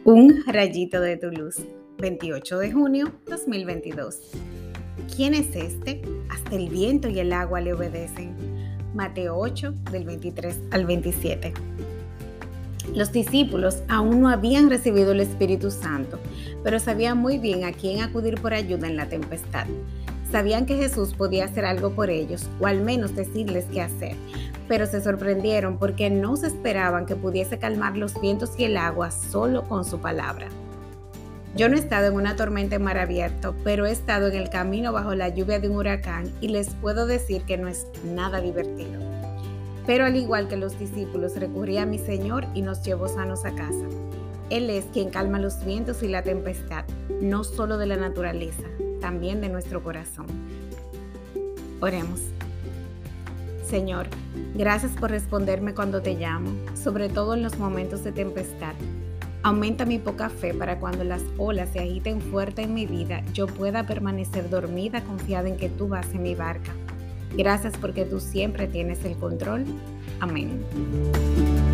Un rayito de tu luz, 28 de junio 2022. ¿Quién es este? Hasta el viento y el agua le obedecen. Mateo 8, del 23 al 27. Los discípulos aún no habían recibido el Espíritu Santo, pero sabían muy bien a quién acudir por ayuda en la tempestad. Sabían que Jesús podía hacer algo por ellos, o al menos decirles qué hacer, pero se sorprendieron porque no se esperaban que pudiese calmar los vientos y el agua solo con su palabra. Yo no he estado en una tormenta en mar abierto, pero he estado en el camino bajo la lluvia de un huracán y les puedo decir que no es nada divertido. Pero al igual que los discípulos, recurrí a mi Señor y nos llevó sanos a casa. Él es quien calma los vientos y la tempestad, no solo de la naturaleza, también de nuestro corazón. Oremos. Señor, gracias por responderme cuando te llamo, sobre todo en los momentos de tempestad. Aumenta mi poca fe para cuando las olas se agiten fuerte en mi vida, yo pueda permanecer dormida confiada en que tú vas en mi barca. Gracias porque tú siempre tienes el control. Amén.